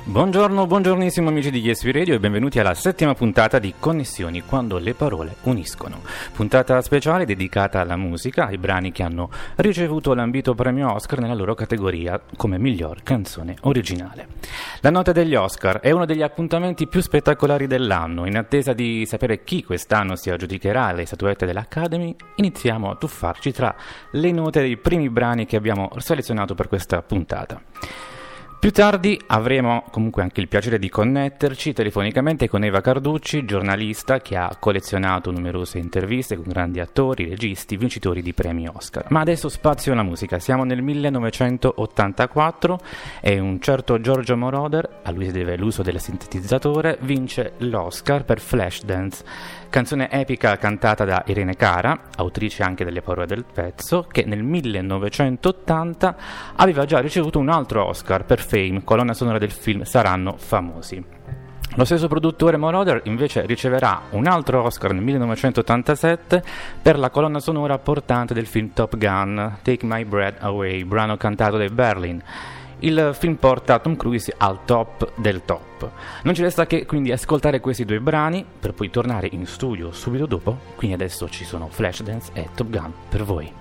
Buongiorno, buongiornissimo amici di Yes Radio e benvenuti alla settima puntata di Connessioni quando le parole uniscono. Puntata speciale dedicata alla musica, ai brani che hanno ricevuto l'ambito premio Oscar nella loro categoria come miglior canzone originale. La notte degli Oscar è uno degli appuntamenti più spettacolari dell'anno. In attesa di sapere chi quest'anno si aggiudicherà le statuette dell'Academy, iniziamo a tuffarci tra le note dei primi brani che abbiamo selezionato per questa puntata. Più tardi avremo comunque anche il piacere di connetterci telefonicamente con Eva Carducci, giornalista che ha collezionato numerose interviste con grandi attori, registi, vincitori di premi Oscar. Ma adesso spazio alla musica, siamo nel 1984 e un certo Giorgio Moroder, a lui si deve l'uso del sintetizzatore, vince l'Oscar per Flashdance, canzone epica cantata da Irene Cara, autrice anche delle parole del pezzo, che nel 1980 aveva già ricevuto un altro Oscar per Fame, colonna sonora del film Saranno famosi. Lo stesso produttore Moroder invece riceverà un altro Oscar nel 1987 per la colonna sonora portante del film Top Gun, Take My Breath Away, brano cantato dai Berlin. Il film porta Tom Cruise al top del top. Non ci resta che quindi ascoltare questi due brani per poi tornare in studio subito dopo. Quindi adesso ci sono Flashdance e Top Gun per voi.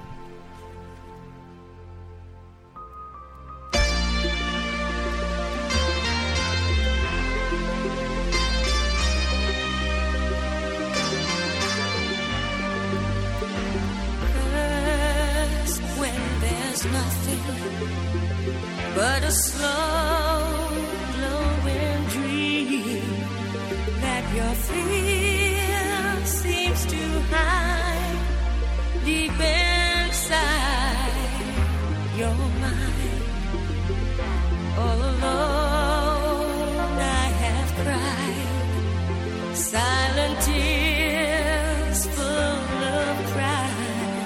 But a slow glowing dream that your fear seems to hide deep inside your mind. All alone I have cried silent tears full of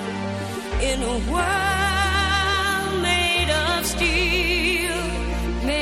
pride in a world made of steel,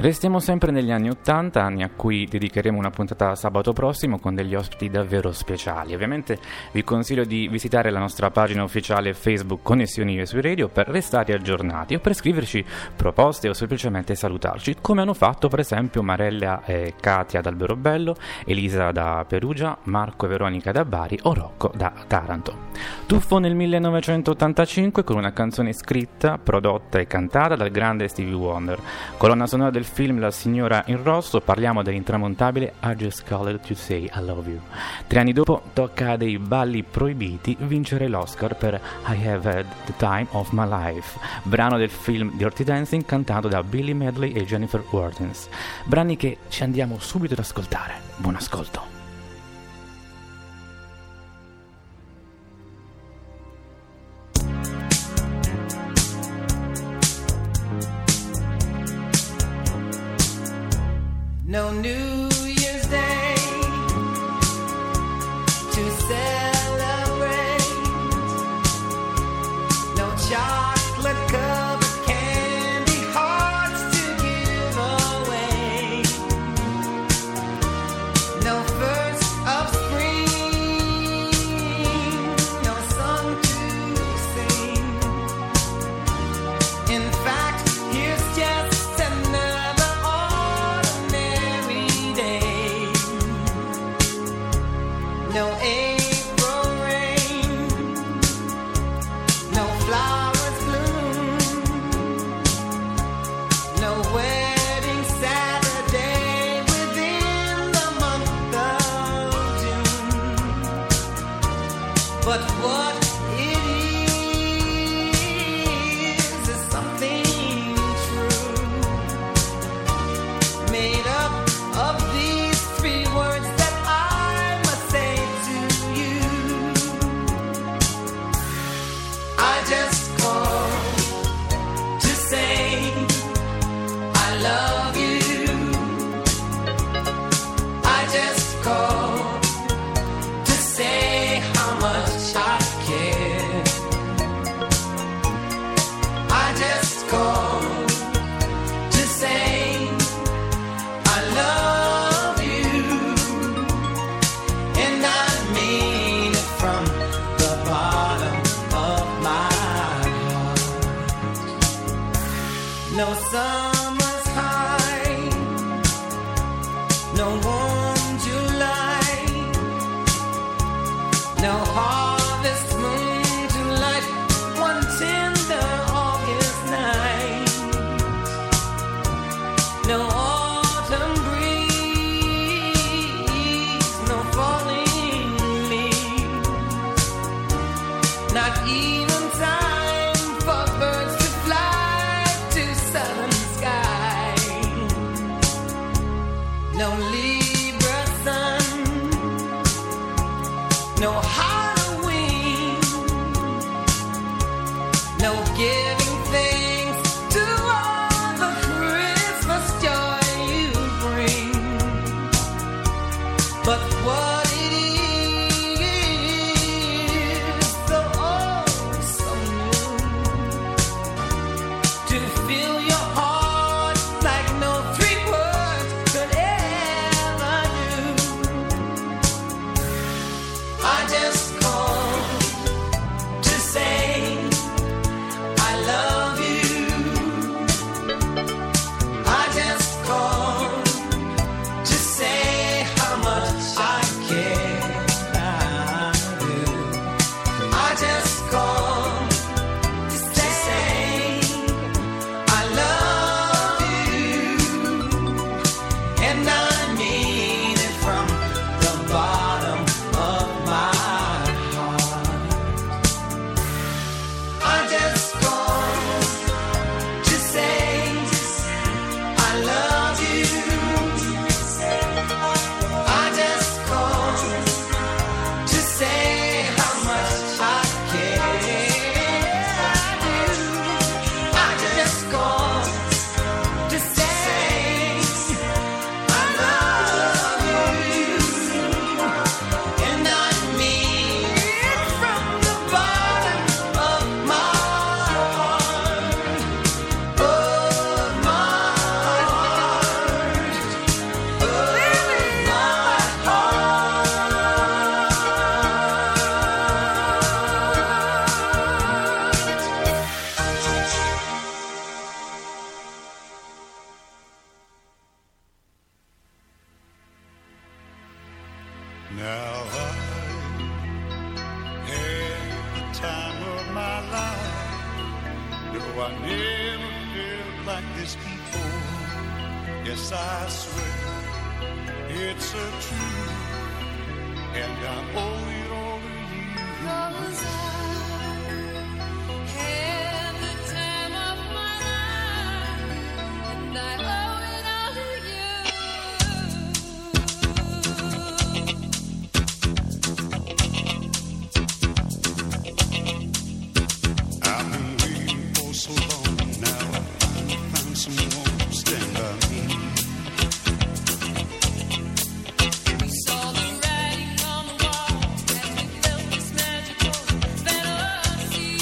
Restiamo sempre negli anni 80, anni a cui dedicheremo una puntata sabato prossimo con degli ospiti davvero speciali. Ovviamente vi consiglio di visitare la nostra pagina ufficiale Facebook Connessioni USB Radio per restare aggiornati o per scriverci proposte o semplicemente salutarci, come hanno fatto per esempio Marella e Katia d'Alberobello, Elisa da Perugia, Marco e Veronica da Bari o Rocco da Taranto. Tuffo nel 1985 con una canzone scritta, prodotta e cantata dal grande Stevie Wonder. Colonna sonora del film La signora in rosso, parliamo dell'intramontabile I Just Called to Say I Love You. 3 anni dopo tocca a dei balli proibiti vincere l'Oscar per I Have Had the Time of My Life, brano del film Dirty Dancing cantato da Billy Medley e Jennifer Warnes. Brani che ci andiamo subito ad ascoltare. Buon ascolto. No New Year's Day to celebrate. No chocolate covered candy hearts to give away. No first of spring, no song to sing. In fact, here's just another no April rain, no flowers bloom, no wedding Saturday within the month of June. But what it is something true, made up of these 3 words that I must say to you. I just called to say I love you. I just called to say how much I care. I just called to say I love you, and I mean it from the bottom of my heart. No summer's high, no warm July, no harvest moon to light one tender August night, no autumn breeze, no falling leaves, not even time for birds to fly to southern skies, no Libra sun, no Halloween, no giving thanks to all the Christmas joy you bring. But what it is so oh so new, to fill your heart like no 3 words could ever do. I just called to say I love you. I just called to say how much I care. I do. I just called to say I love you, and I mean it from the bottom of my heart. I never felt like this before. Yes, I swear it's a truth, and I owe it all to you. 'Cause I had the time of my life, and I owe it all to you. I've been waiting for so long. Now I finally found someone to stand by me. We saw the writing on the wall as we felt this magical fantasy.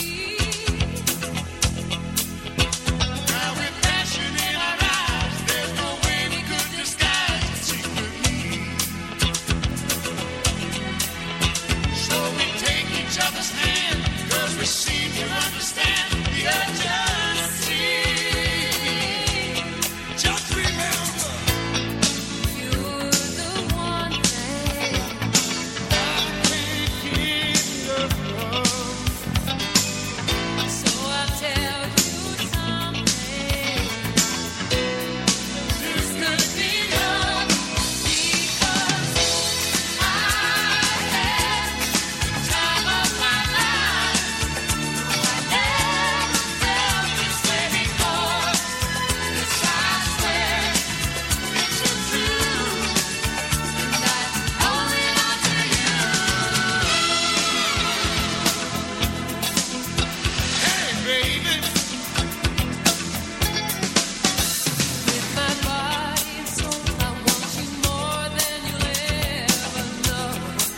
Now with passion in our eyes, there's no way we could disguise it secretly. So we take each other's hand, 'cause we seem to understand the urgency. Just remember, You're the one thing I can't get enough of. so I'll tell you something. This could be love because I had the time of my life. I never felt this way before. Yes, I swear it's a truth, and I owe it all to you. Hey, baby. With my body and soul, I want you more than you'll ever know.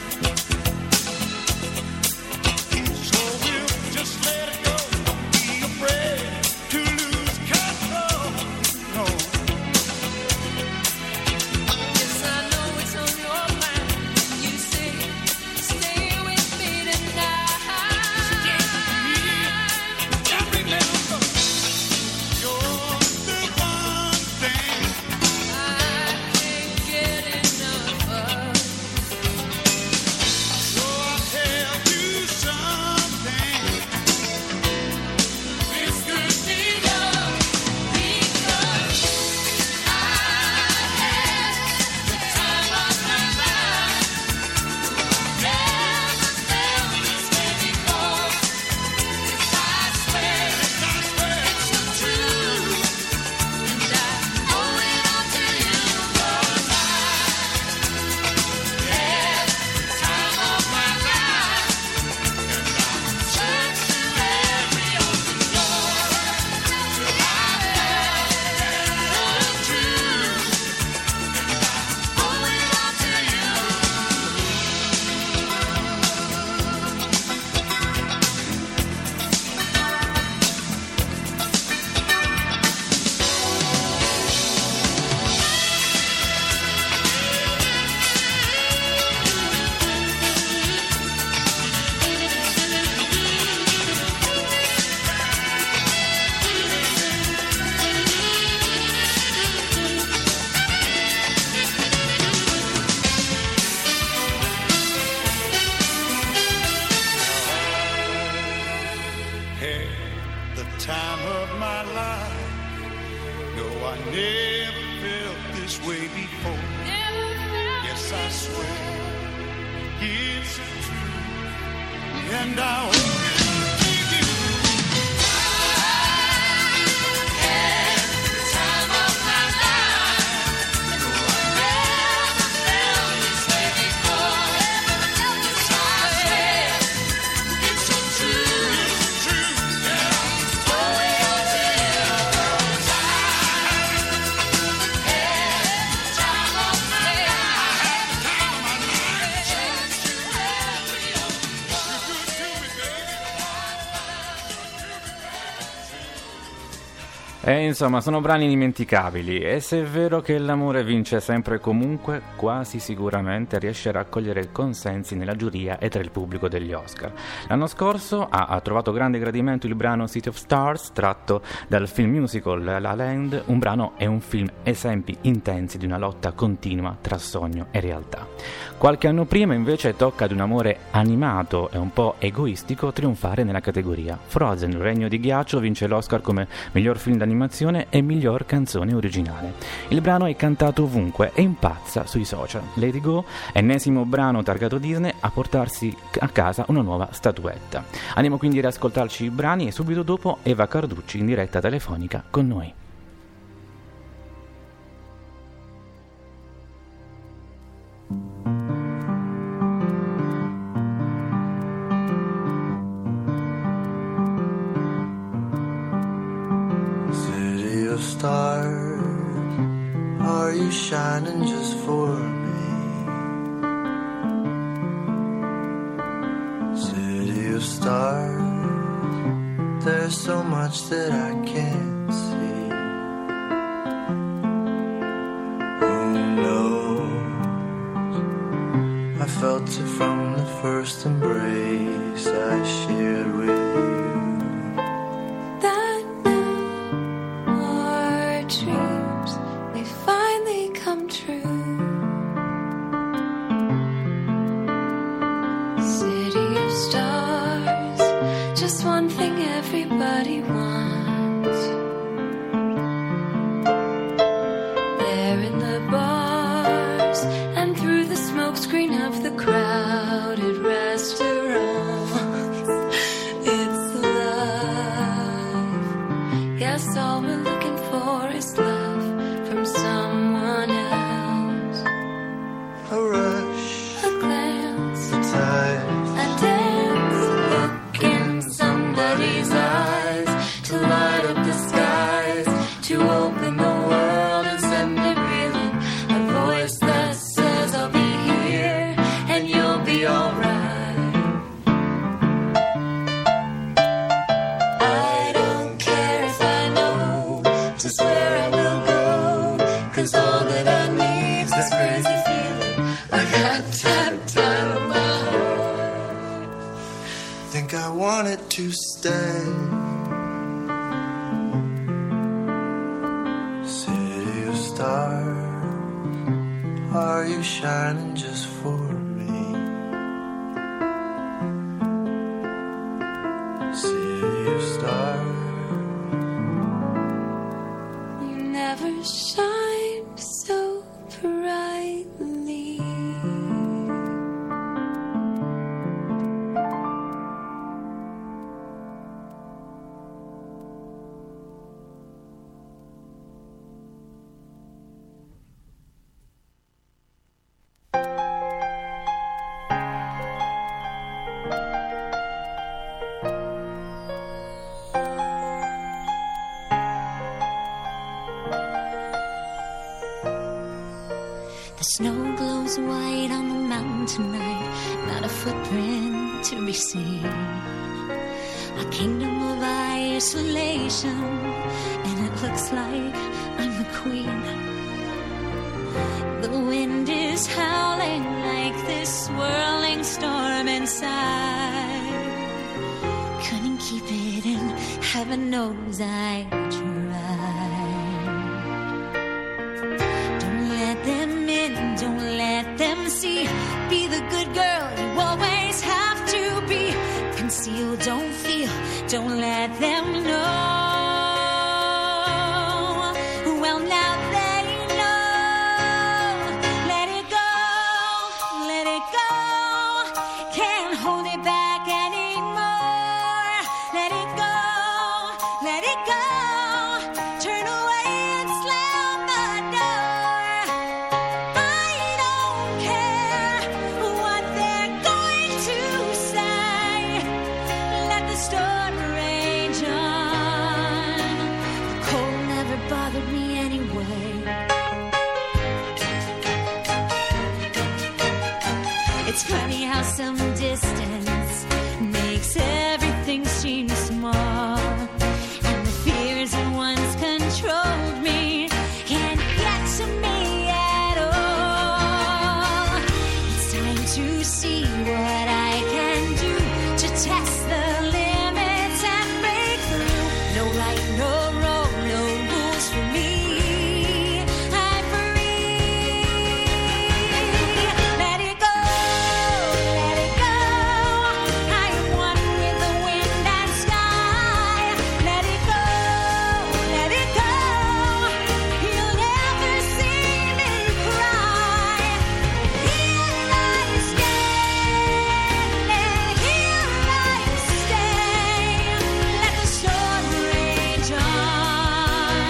So we'll just let it go. Don't be afraid to lose control. No. Yes, I know it's on your mind. You say, stay with me tonight. Just remember, you're the one thing I can't get enough of. So I'll tell you something. This could be love because I had the time of my life. Never felt this way before. Yes, I swear it's a truth, and I owe it all to you. 'Cause I had the time of my life, and I searched through every open door till I found the truth, and I owe it all to you. Had the time of my life. No, I never felt this way before. Never felt Yes, I this swear way. it's a truth, and I owe it to you. Had the time of my life. Never felt this way before. Yes, I swear it's a truth. It's a truth, yeah. Owe it all to you. 'Cause I had the time of my life. Time of my life. Searched through every open door. You're good to me, baby. E insomma, sono brani indimenticabili e se è vero che l'amore vince sempre e comunque, quasi sicuramente riesce a raccogliere consensi nella giuria e tra il pubblico degli Oscar. L'anno scorso ha trovato grande gradimento il brano City of Stars, tratto dal film musical La La Land, un brano e un film esempi intensi di una lotta continua tra sogno e realtà. Qualche anno prima invece tocca ad un amore animato e un po' egoistico trionfare nella categoria. Frozen, Regno di Ghiaccio, vince l'Oscar come miglior film d'animazione e miglior canzone originale. Il brano è cantato ovunque e impazza sui social. Let It Go, ennesimo brano targato Disney, a portarsi a casa una nuova statuetta. Andiamo quindi ad ascoltarci i brani e subito dopo Eva Carducci in diretta telefonica con noi. Stars, are you shining just for me? City of stars, there's so much that I can't see. Who knows? I felt it from the first embrace I shared with you. Dreams may finally come true. City of stars, just one thing everybody wants. There in the bars and through the smokescreen of the crowded restaurants, it's love. Yes, all we're looking for is love from someone else. A rush, A glance, a touch, a dance, look in somebody's eyes to light up the skies, to open the world and send it reeling. A voice that says I'll be here and you'll be alright. I don't care if I know just where I will go, 'cause all that I need is this crazy feeling I got tapped out of my heart. think I want it to stay. City of stars, are you shining just for me? City of stars, You never shine so brightly. The snow glows white on the mountain tonight, not a footprint to be seen. A kingdom of isolation, and it looks like I'm the queen. The wind is howling like this swirling storm inside. Couldn't keep it in, heaven knows I tried. Don't let them in, don't let them see. Be the good girl you always have to be. Conceal, don't feel, don't let them know. Well, now they know. Let it go, let it go. Can't hold it back anymore. Let it go, let it go. Turn away and slam the door. I don't care what they're going to say. Let the storm rage on. you test the limits and break through. No right, no wrong, no rules for me. I'm free. Let it go, let it go. I am one with the wind and sky. Let it go, let it go. You'll never see me cry. Here I stand, here I stay. Let the storm rage on.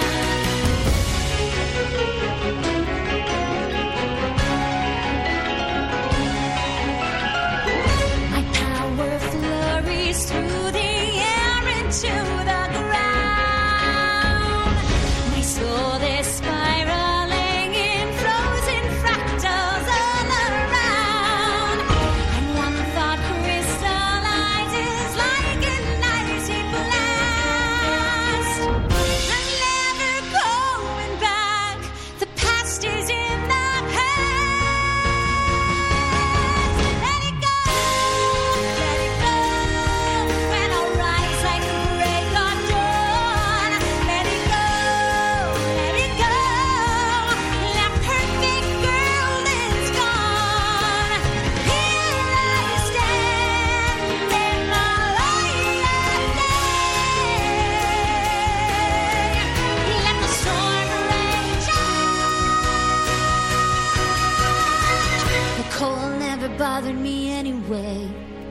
My power flurries through the air into the ground. My soul is spiraling in frozen fractals all around. And one thought crystallizes like an icy blast. I'm never going back. The past is in the past. Let it go, let it go. When I rise like the break of dawn. Let it go, let it go. That perfect girl is gone. Here I stand in the light of day. Let the storm rage on. The cold never bothered me anyway.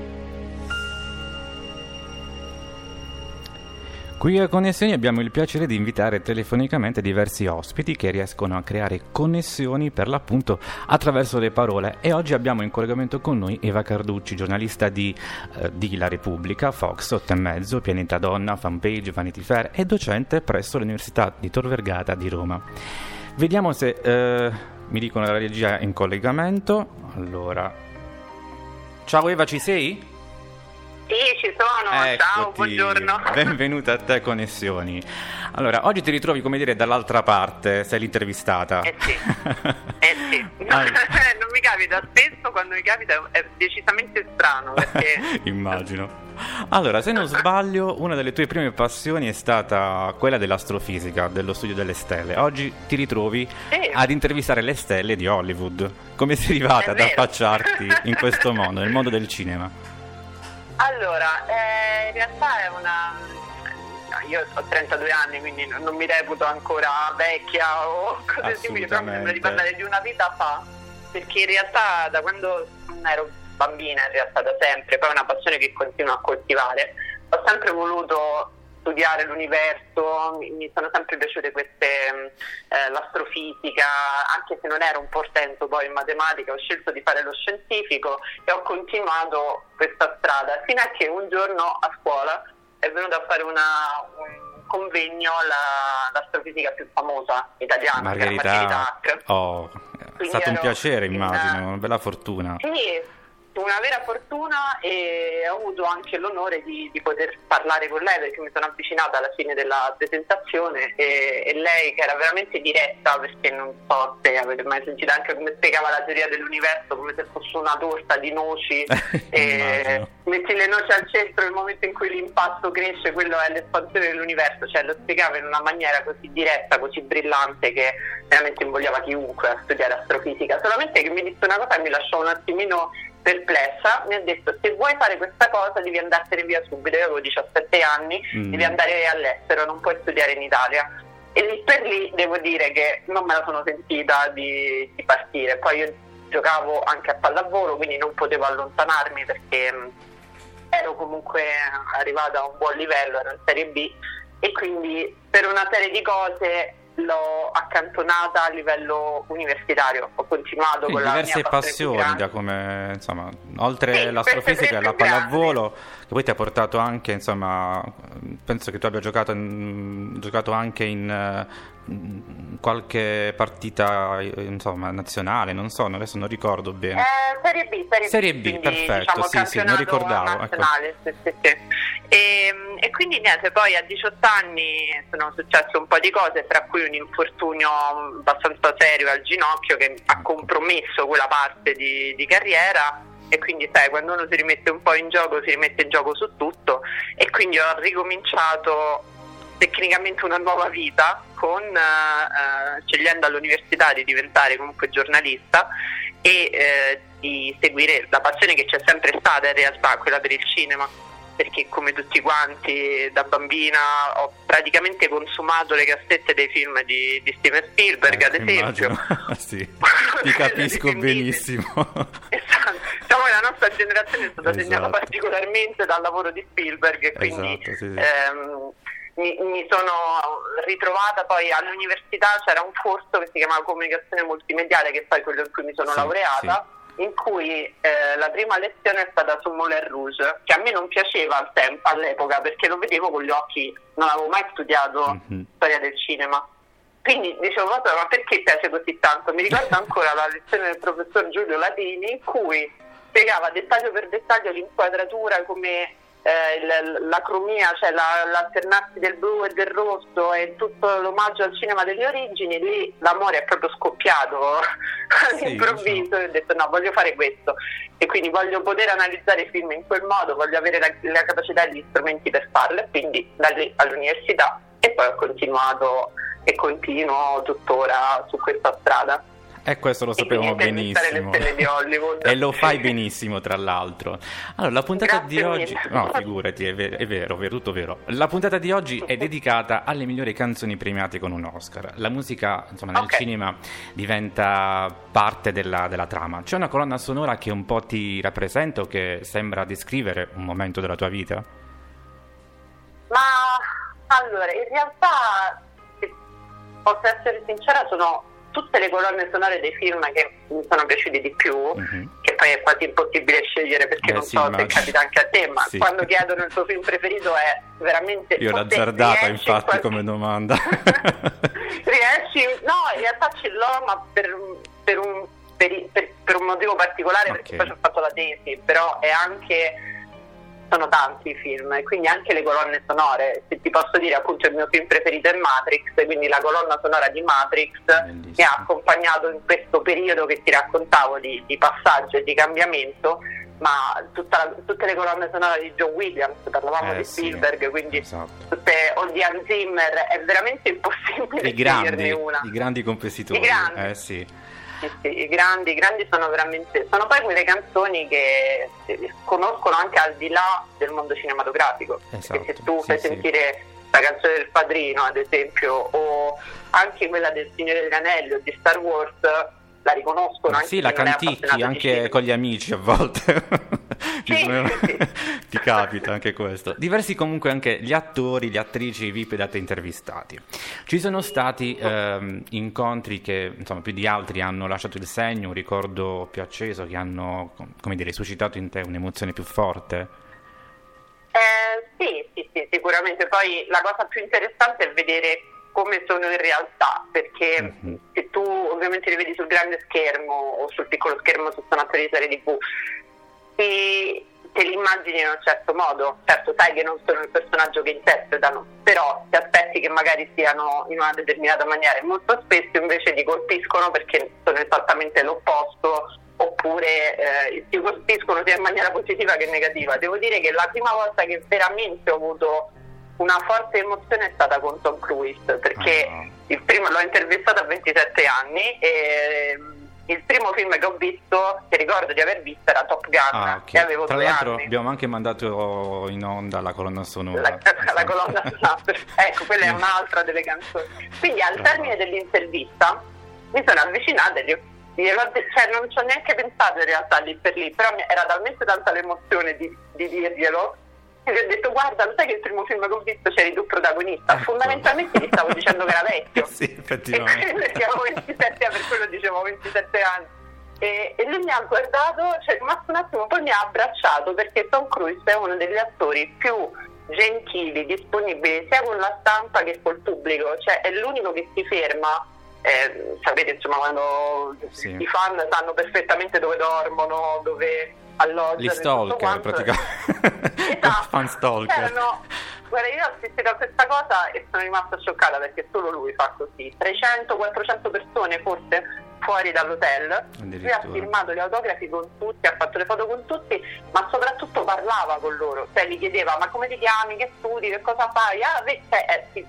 Qui a Connessioni abbiamo il piacere di invitare telefonicamente diversi ospiti che riescono a creare connessioni per l'appunto attraverso le parole, e oggi abbiamo in collegamento con noi Eva Carducci, giornalista di La Repubblica, Fox, 8 e mezzo, Pianeta Donna, Fanpage, Vanity Fair e docente presso l'Università di Tor Vergata di Roma. Vediamo se mi dicono la regia in collegamento. Allora, ciao Eva, ci sei? Sì, ci sono. Ciao, Eccoti. buongiorno. Benvenuta a te Connessioni. Allora, oggi ti ritrovi, come dire, dall'altra parte, sei l'intervistata. Eh sì. Non mi capita spesso, quando mi capita è decisamente strano perché Immagino. Allora, se non sbaglio, una delle tue prime passioni è stata quella dell'astrofisica, dello studio delle stelle. Oggi ti ritrovi Sì. ad intervistare le stelle di Hollywood. Come sei arrivata È ad vero. affacciarti in questo mondo, nel mondo del cinema? Allora, in realtà è una... Io ho 32 anni, quindi non mi reputo ancora vecchia o cose simili, però mi sembra di parlare di una vita fa, perché in realtà da quando ero bambina, in realtà da sempre, poi è una passione che continuo a coltivare, ho sempre voluto studiare l'universo, mi sono sempre piaciute queste, l'astrofisica, anche se non ero un portento poi in matematica, ho scelto di fare lo scientifico e ho continuato questa strada, fino a che un giorno a scuola è venuta a fare un convegno l'astrofisica più famosa italiana, che era Margherita Hack. Oh, è Quindi stato un ero piacere, in- immagino, una bella fortuna. Sì, una vera fortuna, e ho avuto anche l'onore di poter parlare con lei, perché mi sono avvicinata alla fine della presentazione e lei, che era veramente diretta, perché non so se avete mai sentito anche come spiegava la teoria dell'universo, come se fosse una torta di noci e Immagino. metti le noci al centro, nel momento in cui l'impasto cresce, quello è l'espansione dell'universo, cioè lo spiegava in una maniera così diretta, così brillante, che veramente invogliava chiunque a studiare astrofisica. Solamente che mi disse una cosa e mi lasciò un attimino perplessa, mi ha detto: se vuoi fare questa cosa devi andartene via subito. Io avevo 17 anni, devi andare all'estero, non puoi studiare in Italia. E lì per lì devo dire che non me la sono sentita di partire. Poi io giocavo anche a pallavolo, quindi non potevo allontanarmi perché ero comunque arrivata a un buon livello, ero in Serie B, e quindi per una serie di cose l'ho accantonata a livello universitario. Ho continuato Sì, con la diverse mia passioni, passione da come, insomma, oltre Sì, l'astrofisica e la più grandi. pallavolo, che poi ti ha portato anche, insomma, penso che tu abbia giocato anche in qualche partita, insomma, nazionale, non so, adesso non ricordo bene. Serie B, Serie B, quindi, perfetto, diciamo, sì, non campionato ricordavo, ecco. nazionale, sì. E quindi niente, poi a 18 anni sono successe un po' di cose, tra cui un infortunio abbastanza serio al ginocchio che ha compromesso quella parte di carriera, e quindi sai, quando uno si rimette un po' in gioco, si rimette in gioco su tutto, e quindi ho ricominciato tecnicamente una nuova vita scegliendo all'università di diventare comunque giornalista e di seguire la passione che c'è sempre stata in realtà, quella per il cinema, perché come tutti quanti da bambina ho praticamente consumato le cassette dei film di Steven Spielberg, ad esempio. Immagino. Sì, ti capisco benissimo. Esatto. Diciamo che la nostra generazione è stata segnata Esatto. particolarmente dal lavoro di Spielberg, e quindi Esatto, sì, sì. mi sono ritrovata poi all'università, c'era un corso che si chiamava comunicazione multimediale, che è poi quello in cui mi sono Sì, laureata, in cui la prima lezione è stata su Moulin Rouge, che a me non piaceva all'epoca, perché lo vedevo con gli occhi, non avevo mai studiato storia del cinema. Quindi dicevo, ma perché piace così tanto? Mi ricordo ancora la lezione del professor Giulio Latini, in cui spiegava dettaglio per dettaglio l'inquadratura, come l'acromia, cioè l'alternarsi del blu e del rosso, e tutto l'omaggio al cinema delle origini. Lì l'amore è proprio scoppiato all'improvviso, diciamo. e ho detto no, voglio fare questo, e quindi voglio poter analizzare i film in quel modo, voglio avere la capacità e gli strumenti per farlo, e quindi da lì all'università, e poi ho continuato e continuo tuttora su questa strada. E questo lo sapevamo quindi intervistare benissimo. le stelle di Hollywood. E lo fai benissimo, tra l'altro. Allora, la puntata Grazie di oggi... mille. No, figurati, è vero, tutto vero. La puntata di oggi è dedicata alle migliori canzoni premiate con un Oscar. La musica, insomma, nel cinema diventa parte della trama. C'è una colonna sonora che un po' ti rappresenta o che sembra descrivere un momento della tua vita? Ma allora, in realtà, se posso essere sincera, sono tutte le colonne sonore dei film che mi sono piaciuti di più, che poi è quasi impossibile scegliere, perché non sì, so se immagino. capita anche a te, ma Sì. quando chiedono il tuo film preferito è veramente... Io l'ho forse azzardata, riesci infatti, quasi- come domanda. riesci? No, in realtà ce l'ho, ma per un motivo particolare, perché Ok. poi ci ho fatto la tesi, però è anche... Sono tanti i film, e quindi anche le colonne sonore. Se ti posso dire, appunto, il mio film preferito è Matrix, quindi la colonna sonora di Matrix Bellissimo. mi ha accompagnato in questo periodo che ti raccontavo di passaggio e di cambiamento, ma tutte le colonne sonore di John Williams, parlavamo di Sì, Spielberg, quindi esatto. tutte, o di Hans Zimmer, è veramente impossibile I grandi, sceglierne una. i grandi compositori. I grandi. Sì. Sì, i grandi sono veramente, sono poi quelle canzoni che si conoscono anche al di là del mondo cinematografico. Esatto, Perché se tu sì, fai sì. sentire la canzone del Padrino, ad esempio, o anche quella del Signore degli Anelli o di Star Wars, la riconoscono anche Sì, chi la non è canticchi appassionato di anche cinema. con gli amici a volte. Sì, sì. Ti capita anche questo. Diversi comunque anche gli attori, le attrici VIP da te intervistati. Ci sono stati incontri che, insomma, più di altri hanno lasciato il segno, un ricordo più acceso, che hanno, come dire, suscitato in te un'emozione più forte? Sì, sicuramente. Poi la cosa più interessante è vedere come sono in realtà, perché se tu ovviamente li vedi sul grande schermo o sul piccolo schermo su una serie TV, te li immagini in un certo modo. Certo, sai che non sono il personaggio che interpretano, però ti aspetti che magari siano in una determinata maniera, e molto spesso invece ti colpiscono perché sono esattamente l'opposto, oppure ti colpiscono sia in maniera positiva che negativa. Devo dire che la prima volta che veramente ho avuto una forte emozione è stata con Tom Cruise, perché il primo l'ho intervistato a 27 anni e il primo film che ho visto, che ricordo di aver visto, era Top Gun, Ok. e avevo Tra 2 l'altro anni. abbiamo anche mandato in onda la colonna sonora. La colonna sonora, ecco, quella è un'altra delle canzoni. Quindi al termine dell'intervista mi sono avvicinata e non ci ho neanche pensato in realtà lì per lì, però era talmente tanta l'emozione di dirglielo, e gli ho detto: guarda, lo sai che il primo film che ho visto c'eri tu protagonista? Ecco. Fondamentalmente gli stavo dicendo che era vecchio. Sì, E effettivamente. quindi avevo 27 anni, per quello dicevo 27 anni. E lui mi ha guardato, cioè è rimasto un attimo, poi mi ha abbracciato, perché Tom Cruise è uno degli attori più gentili, disponibili sia con la stampa che col pubblico, cioè è l'unico che si ferma. Sapete, insomma, quando Sì. i fan sanno perfettamente dove dormono, dove alloggiano, Gli e tutto stalker, quanto. praticamente. Esatto. Fan stalker. Guarda, io ho assistito a questa cosa e sono rimasta scioccata, perché solo lui fa così. 300-400 persone forse fuori dall'hotel. Lui ha Addirittura. firmato gli autografi con tutti, ha fatto le foto con tutti, ma soprattutto parlava con loro, cioè gli chiedeva ma come ti chiami, che studi, che cosa fai, si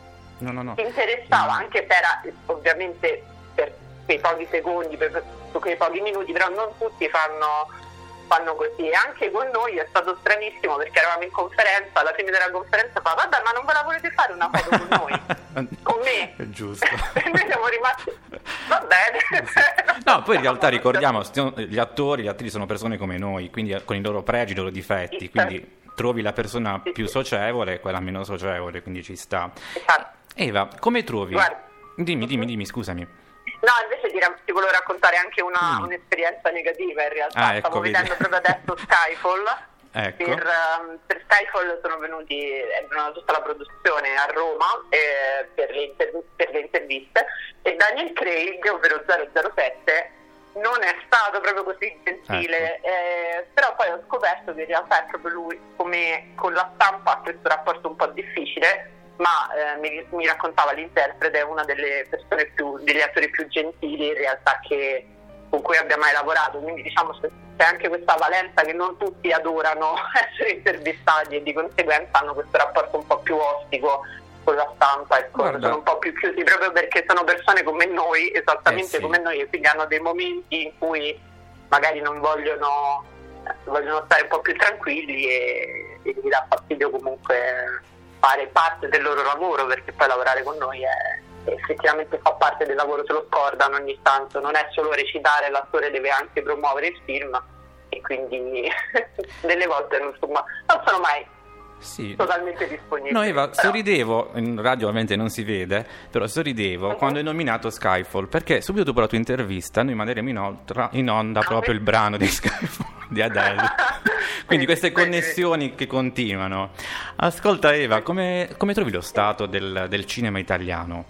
No. interessava, anche se era ovviamente per quei pochi secondi, per quei pochi minuti, però non tutti fanno così. E anche con noi è stato stranissimo perché eravamo in conferenza, alla fine della conferenza fa vabbè, ma non ve la volete fare una foto con noi? Con me? È giusto. E noi siamo rimasti va bene. No, poi in realtà ricordiamo, gli attori sono persone come noi, quindi con i loro pregi, i loro difetti, quindi trovi la persona più socievole e quella meno socievole, quindi ci sta. Esatto. Eva, come trovi? Guarda. Dimmi, scusami. No, invece ti volevo raccontare anche un'esperienza negativa in realtà. Ah, ecco, Stavo vedi. vedendo proprio adesso Skyfall. Ecco. Per Skyfall è venuta tutta la produzione a Roma per le interviste, e Daniel Craig, ovvero 007, non è stato proprio così gentile, Ecco. però poi ho scoperto che in realtà è proprio lui, come con la stampa, ha questo rapporto un po' difficile, ma mi raccontava l'interprete, è una delle persone degli attori più gentili in realtà con cui abbia mai lavorato, quindi diciamo c'è anche questa valenza che non tutti adorano essere intervistati e di conseguenza hanno questo rapporto un po' più ostico con la stampa, ecco, Guarda. sono un po' più chiusi proprio perché sono persone come noi, esattamente sì. come noi, e quindi hanno dei momenti in cui magari non vogliono stare un po' più tranquilli e gli dà fastidio comunque fare parte del loro lavoro, perché poi lavorare con noi effettivamente fa parte del lavoro, se lo scordano ogni tanto, non è solo recitare, l'attore deve anche promuovere il film, e quindi delle volte non sono mai Sì. totalmente disponibile. No, Eva, Però- sorridevo, in radio ovviamente non si vede, però sorridevo quando hai nominato Skyfall, perché subito dopo la tua intervista noi manderemo in onda proprio il brano di Skyfall di Adele. Quindi queste connessioni che continuano. Ascolta Eva, come trovi lo stato del cinema italiano?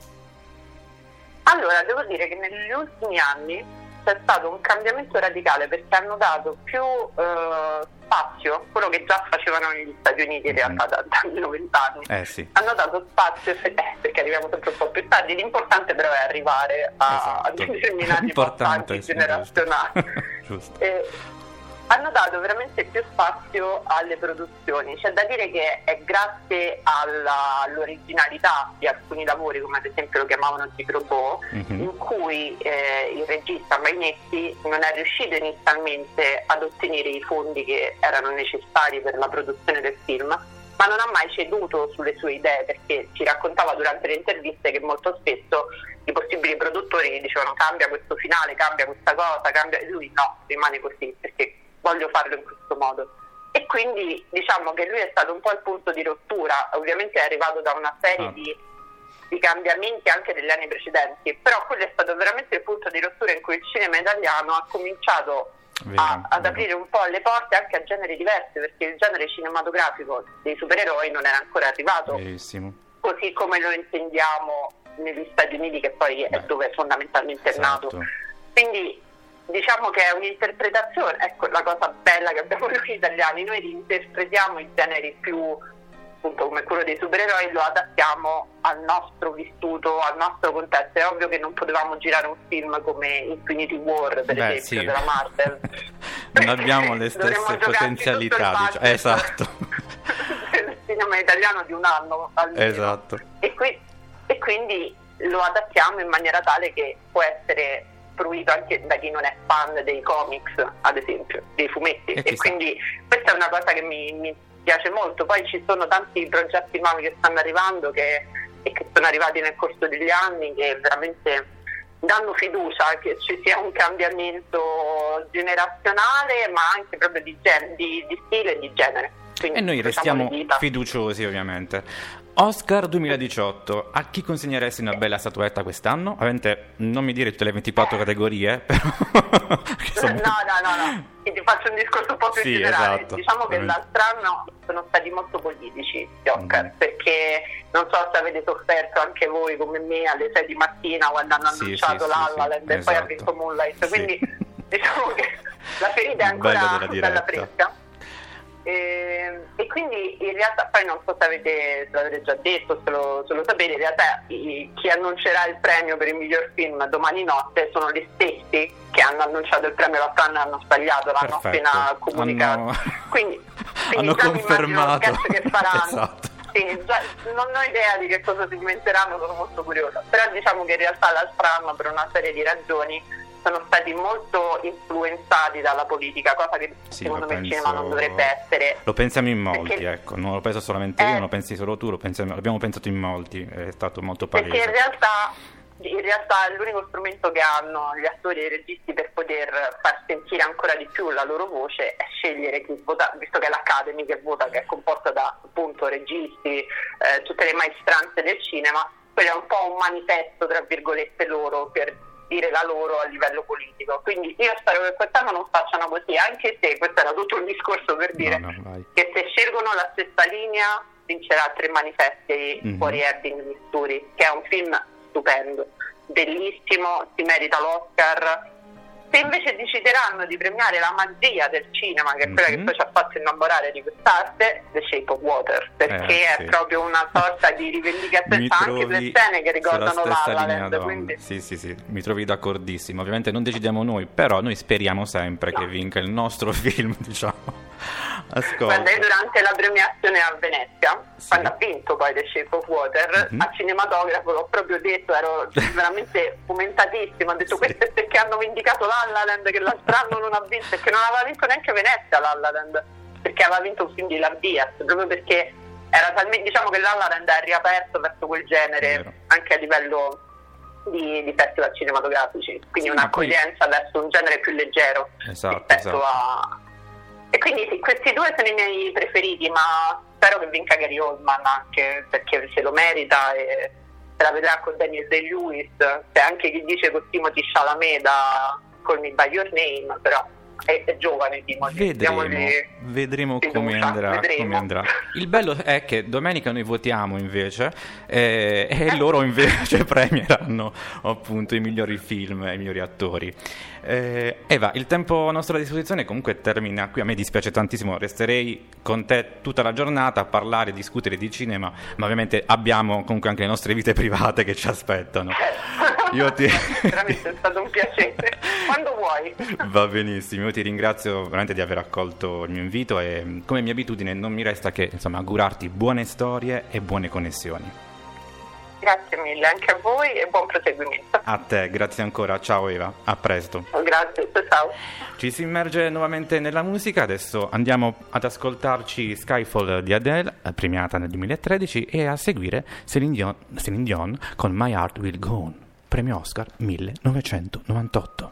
Allora, devo dire che negli ultimi anni c'è stato un cambiamento radicale, perché hanno dato più spazio, quello che già facevano negli Stati Uniti in realtà da almeno 20 anni. Sì. Hanno dato spazio, perché arriviamo sempre un po' più tardi, l'importante però è arrivare a Esatto. determinati Importante, passaggi sì, generazionali. Giusto. Hanno dato veramente più spazio alle produzioni. C'è da dire che è grazie all'originalità di alcuni lavori, come ad esempio lo chiamavano Cicrobò, in cui il regista Mainetti non è riuscito inizialmente ad ottenere i fondi che erano necessari per la produzione del film, ma non ha mai ceduto sulle sue idee, perché ci raccontava durante le interviste che molto spesso i possibili produttori gli dicevano cambia questo finale, cambia questa cosa, cambia, e lui no, rimane così perché voglio farlo in questo modo. E quindi diciamo che lui è stato un po' il punto di rottura, ovviamente è arrivato da una serie di cambiamenti anche degli anni precedenti, però quello è stato veramente il punto di rottura in cui il cinema italiano ha cominciato ad aprire un po' le porte anche a generi diversi, perché il genere cinematografico dei supereroi non era ancora arrivato Verissimo. così come lo intendiamo negli Stati Uniti, che poi è dove fondamentalmente è nato. Quindi diciamo che è un'interpretazione, ecco la cosa bella che abbiamo noi italiani, noi interpretiamo i generi più appunto come quello dei supereroi, lo adattiamo al nostro vissuto, al nostro contesto. È ovvio che non potevamo girare un film come Infinity War, per esempio, della Marvel. Non abbiamo le stesse potenzialità, diciamo. Esatto. Il cinema italiano di un anno almeno. Esatto. E quindi lo adattiamo in maniera tale che può essere fruito anche da chi non è fan dei comics, ad esempio, dei fumetti. E quindi questa è una cosa che mi piace molto. Poi ci sono tanti progetti nuovi che stanno arrivando e che sono arrivati nel corso degli anni, che veramente danno fiducia che ci sia un cambiamento generazionale, ma anche proprio di stile e di genere. Quindi, e noi restiamo fiduciosi, ovviamente. Oscar 2018, a chi consegneresti una bella statuetta quest'anno? Ovviamente non mi dire tutte le 24 categorie, però No, ti faccio un discorso un po' più generale. Esatto. Diciamo che l'altro anno sono stati molto politici gli Oscar, perché non so se avete sofferto anche voi come me alle 6 di mattina quando hanno annunciato La La Land e poi ha vinto Moonlight, quindi diciamo che la ferita è ancora bella fresca. E quindi quindi in realtà poi non so se l'avete già detto, se lo sapete, in realtà chi annuncerà il premio per il miglior film domani notte sono gli stessi che hanno annunciato il premio l'altro anno e hanno sbagliato, l'hanno Perfetto. appena comunicato. Quindi hanno già mi immagino confermato. lo scherzo che faranno. Esatto. Sì, già, non ho idea di che cosa si diventeranno, sono molto curiosa. Però diciamo che in realtà l'altro anno, per una serie di ragioni, sono stati molto influenzati dalla politica, cosa che Sì, secondo lo me il cinema non penso- dovrebbe essere. Lo pensiamo in molti, Perché- ecco, non lo penso solamente io, non lo pensi solo tu, l'abbiamo pensato in molti, è stato molto Perché palese. in realtà l'unico strumento che hanno gli attori e i registi per poter far sentire ancora di più la loro voce è scegliere chi vota, visto che è l'Academy che vota, che è composta da appunto registi, tutte le maestranze del cinema. Quello è un po' un manifesto, tra virgolette, loro per dire la loro a livello politico. Quindi io spero che quest'anno non facciano così, anche se questo era tutto un discorso per dire No, vai. che se scelgono la stessa linea vincerà 3 manifesti fuori Ebbing, Missouri, che è un film stupendo, bellissimo, si merita l'Oscar. Se invece decideranno di premiare la magia del cinema, che è quella che poi ci ha fatto innamorare di quest'arte, The Shape of Water, perché sì. è proprio una sorta di rivendicazione, Mi fa anche trovi due scene che ricordano sulla stessa La La linea Land, d'onda. quindi Sì, mi trovi d'accordissimo. Ovviamente non decidiamo noi, però noi speriamo sempre che vinca il nostro film, diciamo. Ascolta. guarda, io durante la premiazione a Venezia, Sì. quando ha vinto poi The Shape of Water, a cinematografo l'ho proprio detto, ero veramente fomentatissima, ho detto Sì. questo è perché hanno vindicato La La Land, che l'altro anno non ha vinto, perché non aveva vinto neanche Venezia La La Land, perché aveva vinto un film di Lardias, proprio perché era talmente, diciamo che La La Land ha riaperto verso quel genere, Vero. anche a livello di festival cinematografici, quindi Sì, ma poi- un'accoglienza verso un genere più leggero Esatto, rispetto esatto. a... E quindi sì, questi due sono i miei preferiti, ma spero che vinca Gary Oldman anche perché se lo merita e se la vedrà con Daniel Day-Lewis. C'è anche chi dice con Timothy Chalamet da Call Me By Your Name, però è giovane Timothy. Vedremo fiducia, come andrà, vedremo. come andrà. Il bello è che domenica noi votiamo invece e loro invece premieranno appunto i migliori film e i migliori attori. Eva, il tempo a nostra disposizione comunque termina qui. A me dispiace tantissimo, resterei con te tutta la giornata a parlare, discutere di cinema, ma ovviamente abbiamo comunque anche le nostre vite private che ci aspettano. Io ti... Veramente è stato un piacere. Quando vuoi. Va benissimo, io ti ringrazio veramente di aver accolto il mio invito e come mia abitudine non mi resta che insomma augurarti buone storie e buone connessioni. Grazie mille anche a voi e buon proseguimento. A te, grazie ancora, ciao Eva, a presto. Grazie, ciao. Ci si immerge nuovamente nella musica, adesso andiamo ad ascoltarci Skyfall di Adele, premiata nel 2013, e a seguire Celine Dion con My Heart Will Go On, premio Oscar 1998.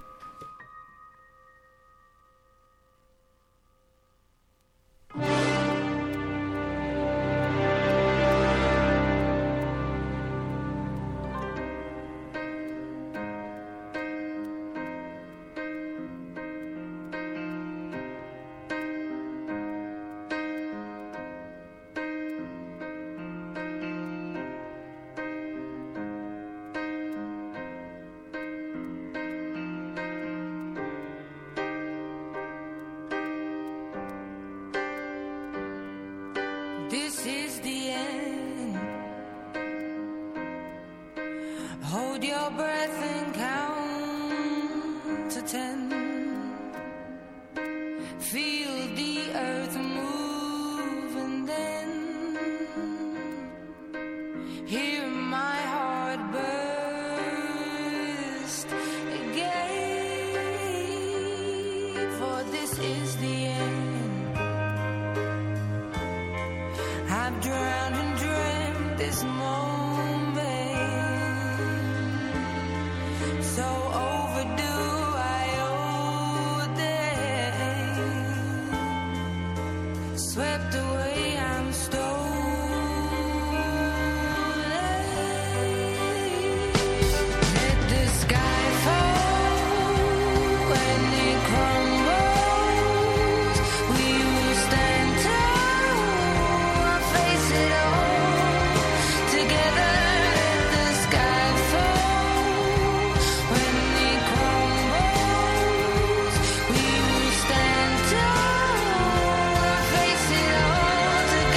This is the end. Hold your breath and count to 10. Feel the earth move and then hear my heart burst again. For this is the end. I've drowned and dreamt this moment, so overdue I owe them. Swept away, I'm stolen. Let the sky fall when it crumbles. We will stand tall. Face it all together. Let the sky fall when it crumbles. We will stand tall. Face it all together.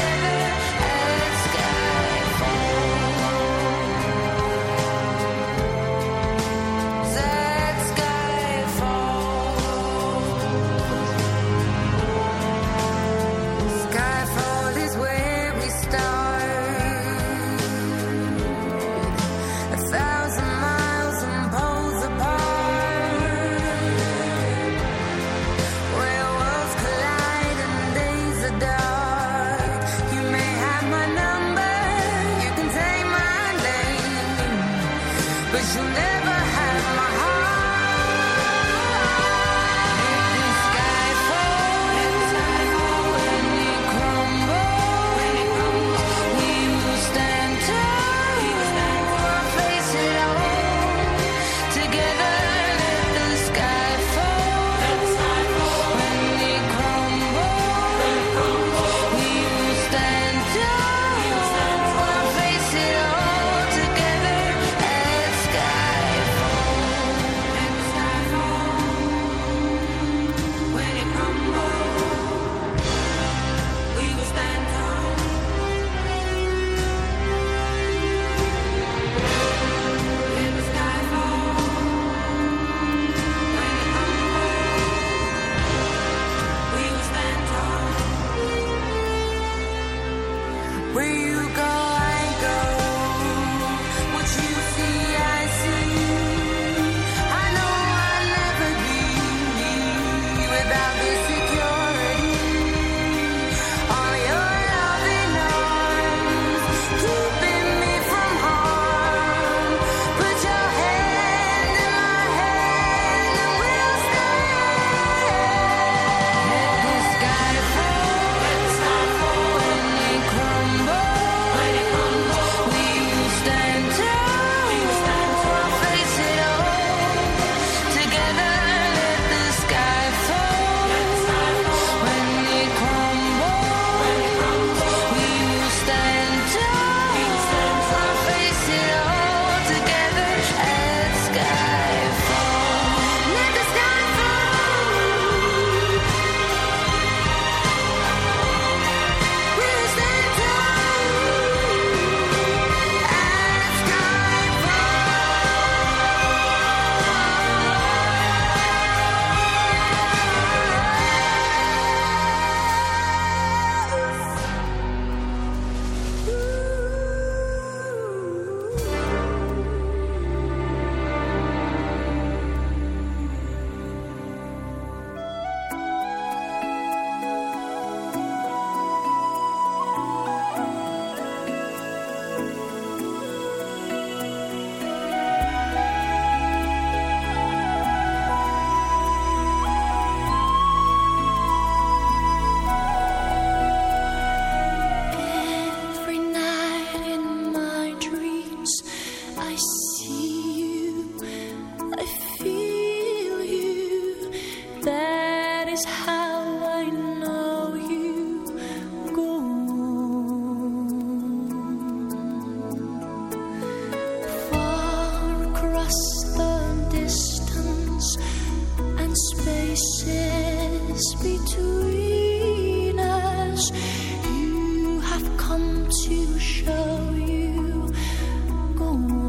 to show you. Go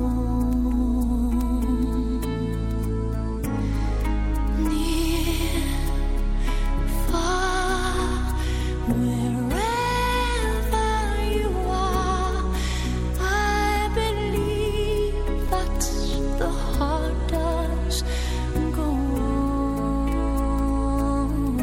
on. Near, far, wherever you are, I believe that the heart does go on.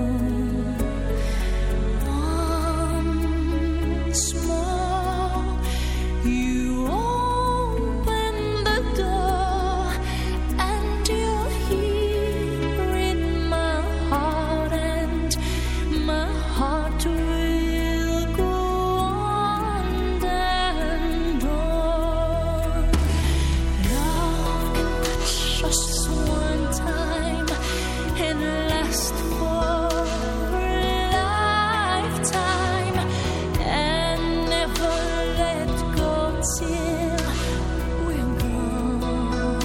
Once more, you open the door, and you're here in my heart, and my heart will go on and on. Love can touch us one time and last for a lifetime, and never let go till we're gone.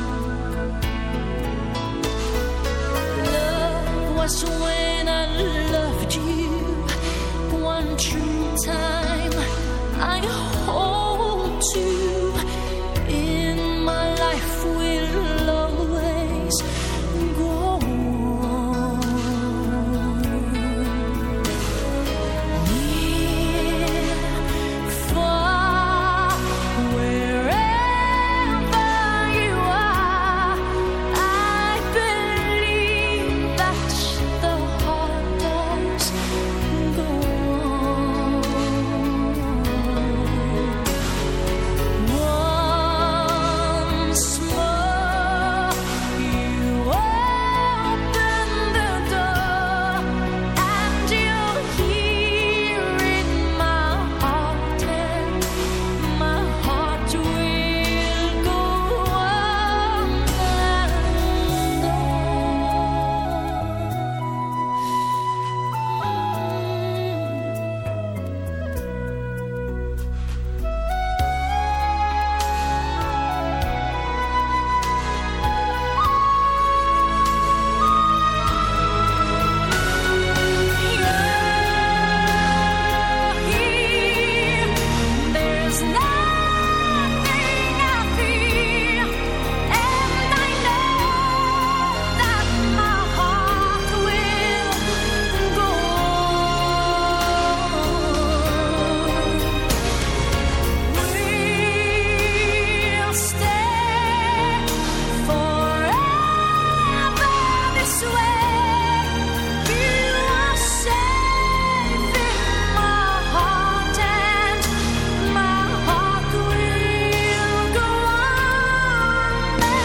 Love was when I loved you one true time. I hold you in my life, will always go on. Near, far, wherever you are, I believe that the heart does go on. Once more, you open the door, and you're here in my heart, and my heart will go on and there's nothing I fear, and I know that my heart will go on. We'll stay forever this way. You are safe in my heart, and my heart will go on and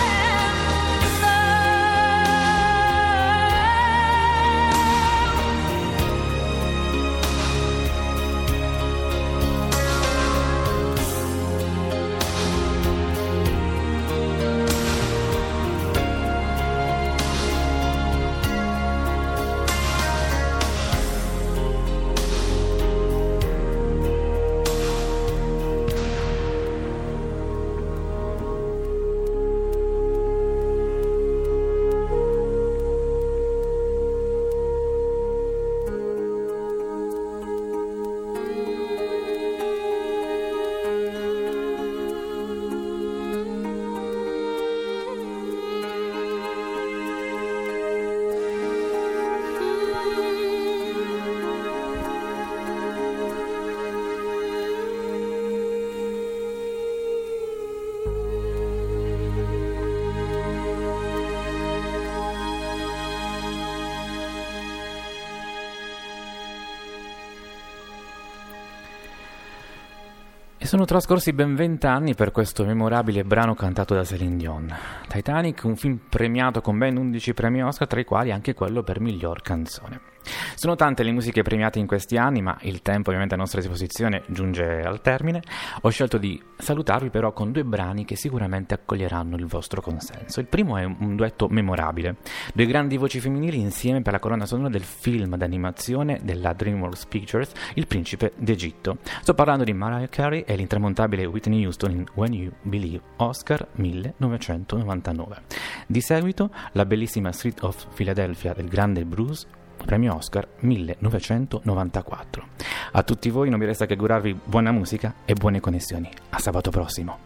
Sono trascorsi ben 20 anni per questo memorabile brano cantato da Céline Dion. Titanic, un film premiato con ben 11 premi Oscar, tra i quali anche quello per miglior canzone. Sono tante le musiche premiate in questi anni, ma il tempo ovviamente a nostra disposizione giunge al termine. Ho scelto di salutarvi però con due brani che sicuramente accoglieranno il vostro consenso. Il primo è un duetto memorabile, due grandi voci femminili insieme per la colonna sonora del film d'animazione della DreamWorks Pictures, Il Principe d'Egitto. Sto parlando di Mariah Carey e l'intramontabile Whitney Houston in When You Believe, Oscar 1999. Di seguito la bellissima Street of Philadelphia del grande Bruce, premio Oscar 1994. A tutti voi non mi resta che augurarvi buona musica e buone connessioni. A sabato prossimo.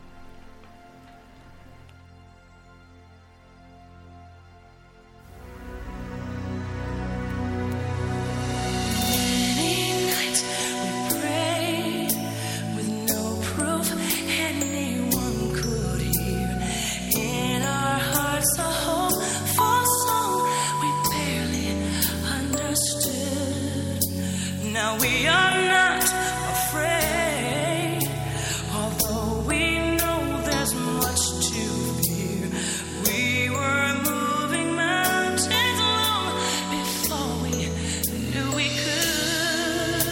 Many nights we prayed with no proof anyone could hear. In our hearts, a hopeful song we barely understood. Now we are not afraid, although we know there's much to fear. We were moving mountains long before we knew we could.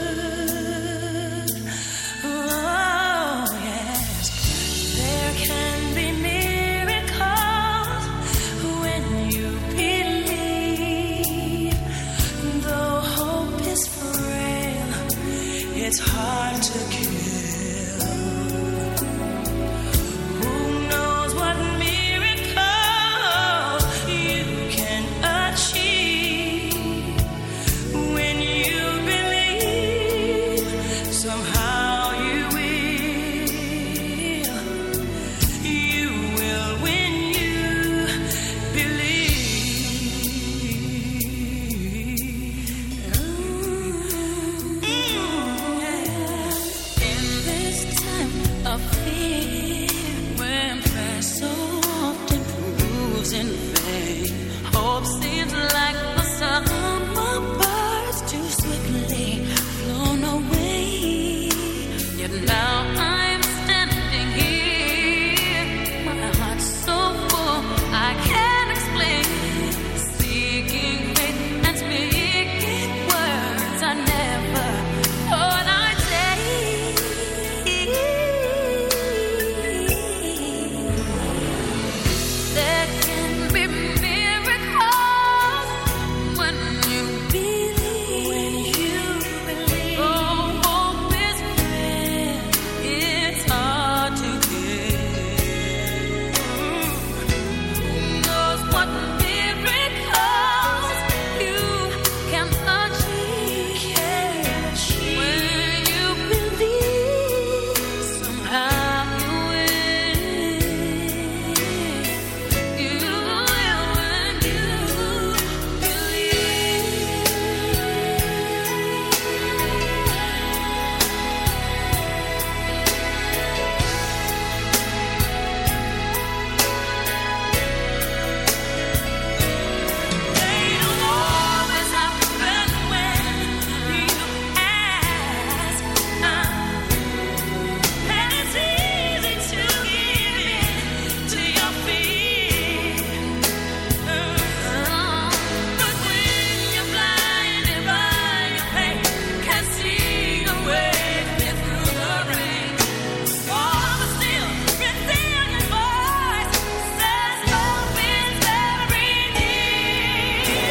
Oh, yes, there can be miracles when you believe. Though hope is frail, it's hard to kill. Who knows what miracle you can achieve when you believe? Somehow you will when you believe. In this time of fear, when prayer so often proves in vain, hope seems like the summer birds too swiftly flown away. Yet now I'm standing here, my heart's so full I can't explain, seeking faith and speaking words I never thought I'd say. There can be miracles when you believe. Oh, hope is frail, it's hard to get. Who knows what miracles you can achieve when you believe? Somehow you will. You will when you They don't always happen when you ask. And it's easy to give in to your fear. But when you're blinded by your pain, can't see the way through the rain. Oh, but still, resilient voice says hope is very near.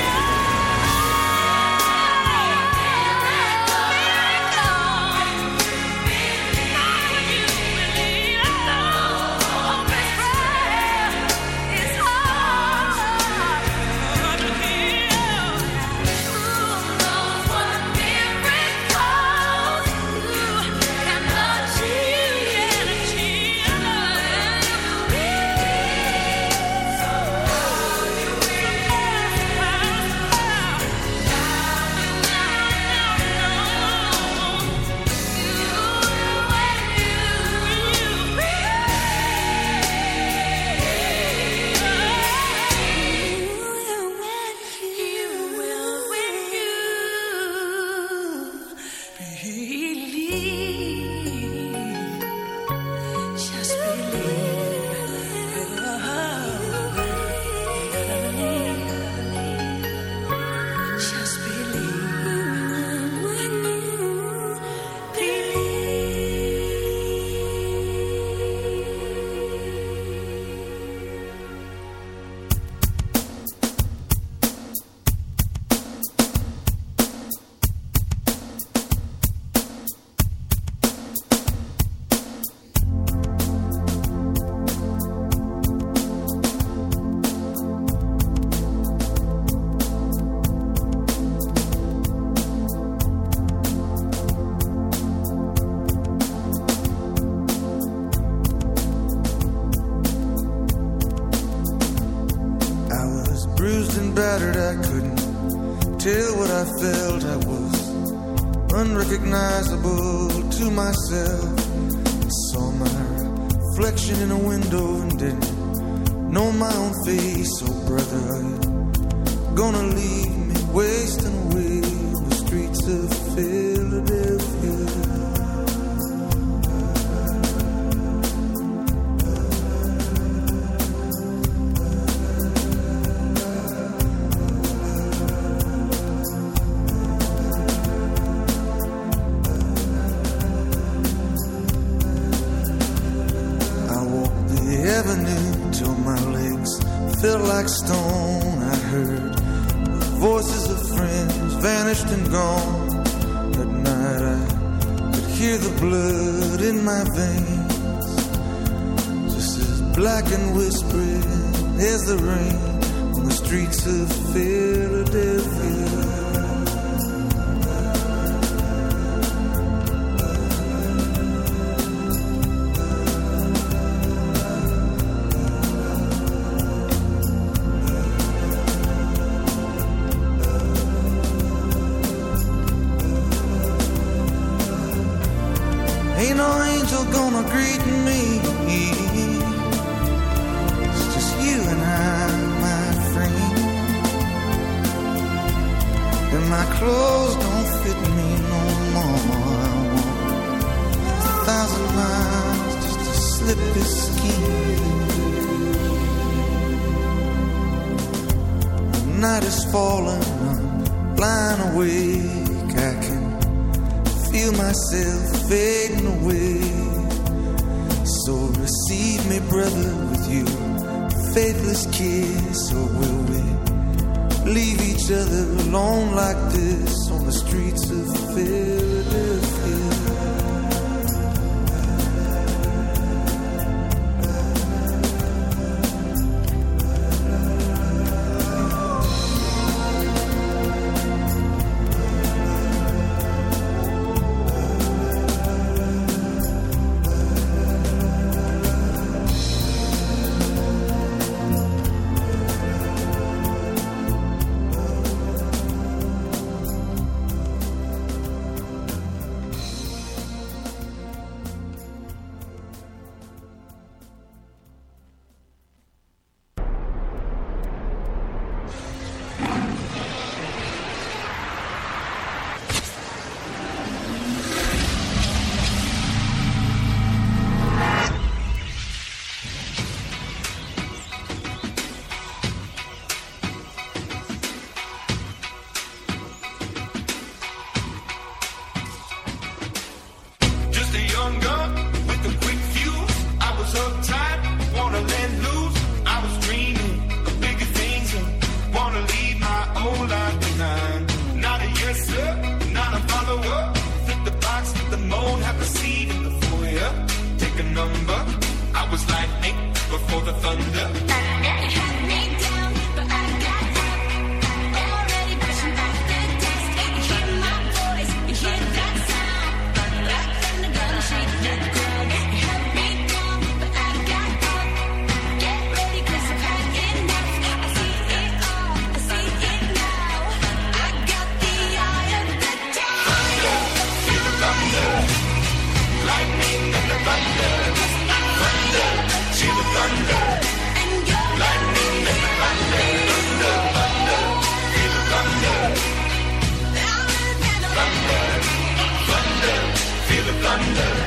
Just believe. I felt I was unrecognizable to myself. I saw my reflection in a window and didn't know my own face. Oh brother, are you gonna leave me wasting away on the streets of Philadelphia? Felt like stone. I heard the voices of friends vanished and gone. At night I could hear the blood in my veins, just as black and whispering as the rain on the streets of Philadelphia. Ain't no angel gonna greet me. It's just you and I, my friend. And my clothes don't fit me no more. I walk 1,000 miles just to slip this skin. The night is falling, I'm blind awake. I can feel myself fading away. So receive me, brother, with you faithless kiss. Or will we leave each other alone like this on the streets of Philadelphia? Thunder.